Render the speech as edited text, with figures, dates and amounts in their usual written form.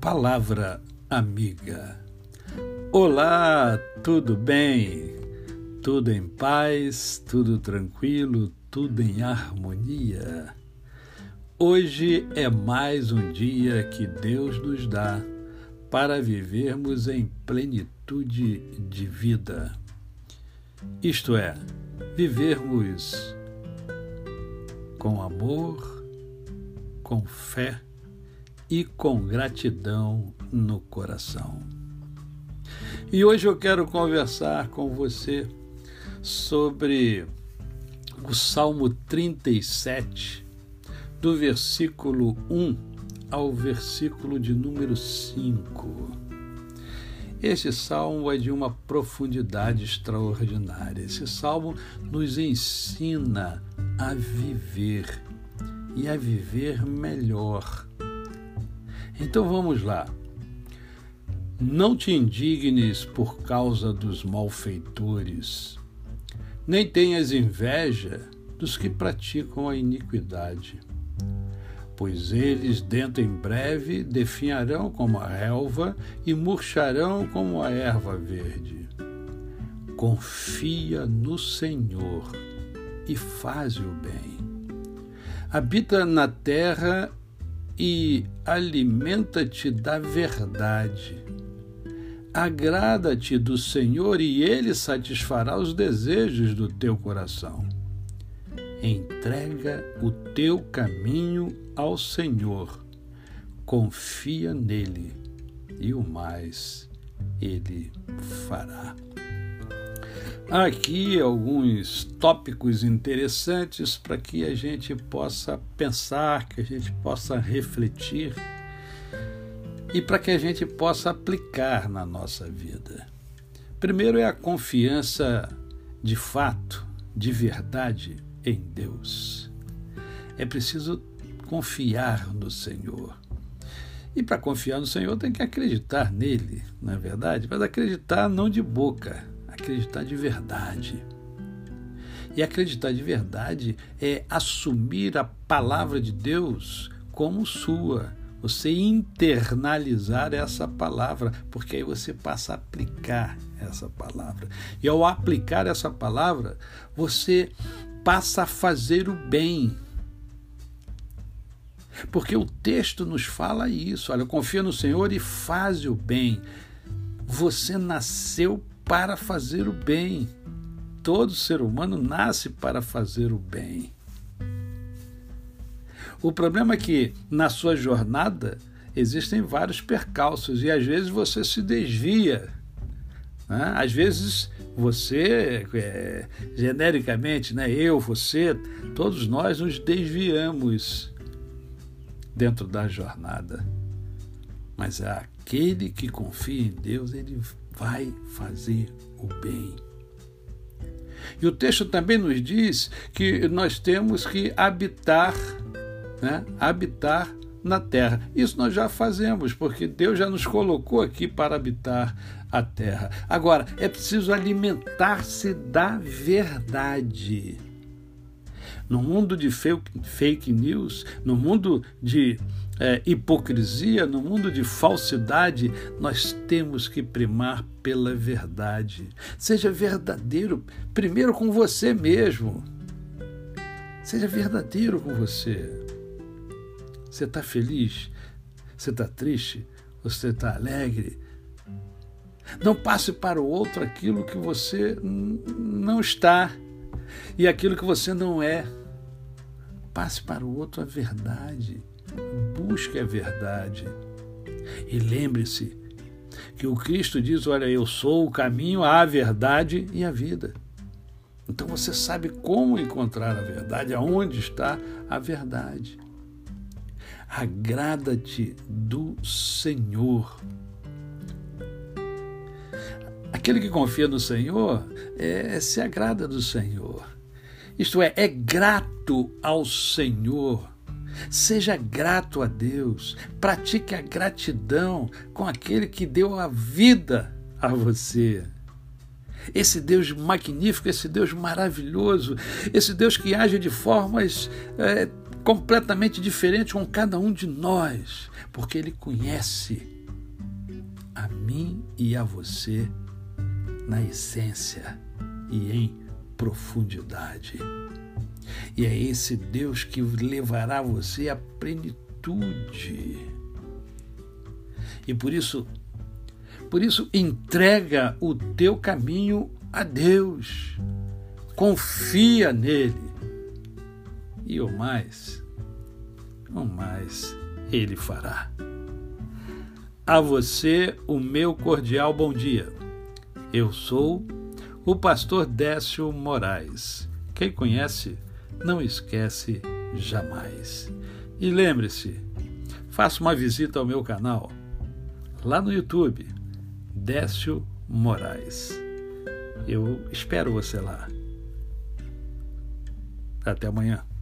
Palavra amiga. Olá, tudo bem? Tudo em paz, tudo tranquilo, tudo em harmonia. Hoje é mais um dia que Deus nos dá para vivermos em plenitude de vida. Isto é, vivermos com amor, com fé e com gratidão no coração. E hoje eu quero conversar com você sobre o Salmo 37, do versículo 1 ao versículo de número 5. Este salmo é de uma profundidade extraordinária. Esse salmo nos ensina a viver e a viver melhor. Então vamos lá. Não te indignes por causa dos malfeitores, nem tenhas inveja dos que praticam a iniquidade, pois eles dentro em breve definharão como a relva e murcharão como a erva verde. Confia no Senhor e faze o bem. Habita na terra e alimenta-te da verdade. Agrada-te do Senhor e Ele satisfará os desejos do teu coração. Entrega o teu caminho ao Senhor. Confia nele e o mais Ele fará. Aqui alguns tópicos interessantes para que a gente possa pensar, que a gente possa refletir e para que a gente possa aplicar na nossa vida. Primeiro é a confiança de fato, de verdade em Deus. É preciso confiar no Senhor. E para confiar no Senhor tem que acreditar nele, não é verdade? Mas acreditar não de boca, acreditar de verdade. E acreditar de verdade é assumir a palavra de Deus como sua. Você internalizar essa palavra, porque aí você passa a aplicar essa palavra. E ao aplicar essa palavra, você passa a fazer o bem. Porque o texto nos fala isso. Olha, confia no Senhor e faz o bem. Você nasceu para fazer o bem. Todo ser humano nasce para fazer o bem. O problema é que na sua jornada existem vários percalços e às vezes você se desvia, né? Às vezes você, genericamente, né? Eu, você, todos nós nos desviamos dentro da jornada. Mas aquele que confia em Deus, ele vai fazer o bem. E o texto também nos diz que nós temos que habitar na terra. Isso nós já fazemos, porque Deus já nos colocou aqui para habitar a terra. Agora, é preciso alimentar-se da verdade. No mundo de fake news, no mundo de hipocrisia, no mundo de falsidade, nós temos que primar pela verdade. Seja verdadeiro, primeiro com você mesmo. Seja verdadeiro com você. Você está feliz? Você está triste? Você está alegre? Não passe para o outro aquilo que você não está e aquilo que você não é. Passe para o outro a verdade. Busque a verdade. E lembre-se que o Cristo diz, olha, eu sou o caminho, a verdade e a vida. Então você sabe como encontrar a verdade, aonde está a verdade. Agrada-te do Senhor. Aquele que confia no Senhor se agrada do Senhor. Isto é grato ao Senhor. Seja grato a Deus. Pratique a gratidão com aquele que deu a vida a você. Esse Deus magnífico, esse Deus maravilhoso, esse Deus que age de formas completamente diferentes com cada um de nós, porque Ele conhece a mim e a você na essência e em profundidade. E é esse Deus que levará você à plenitude. E por isso entrega o teu caminho a Deus. Confia nele. E o mais ele fará. A você o meu cordial bom dia. Eu sou o pastor Décio Moraes. Quem conhece, não esquece jamais. E lembre-se, faça uma visita ao meu canal, lá no YouTube, Décio Moraes. Eu espero você lá. Até amanhã.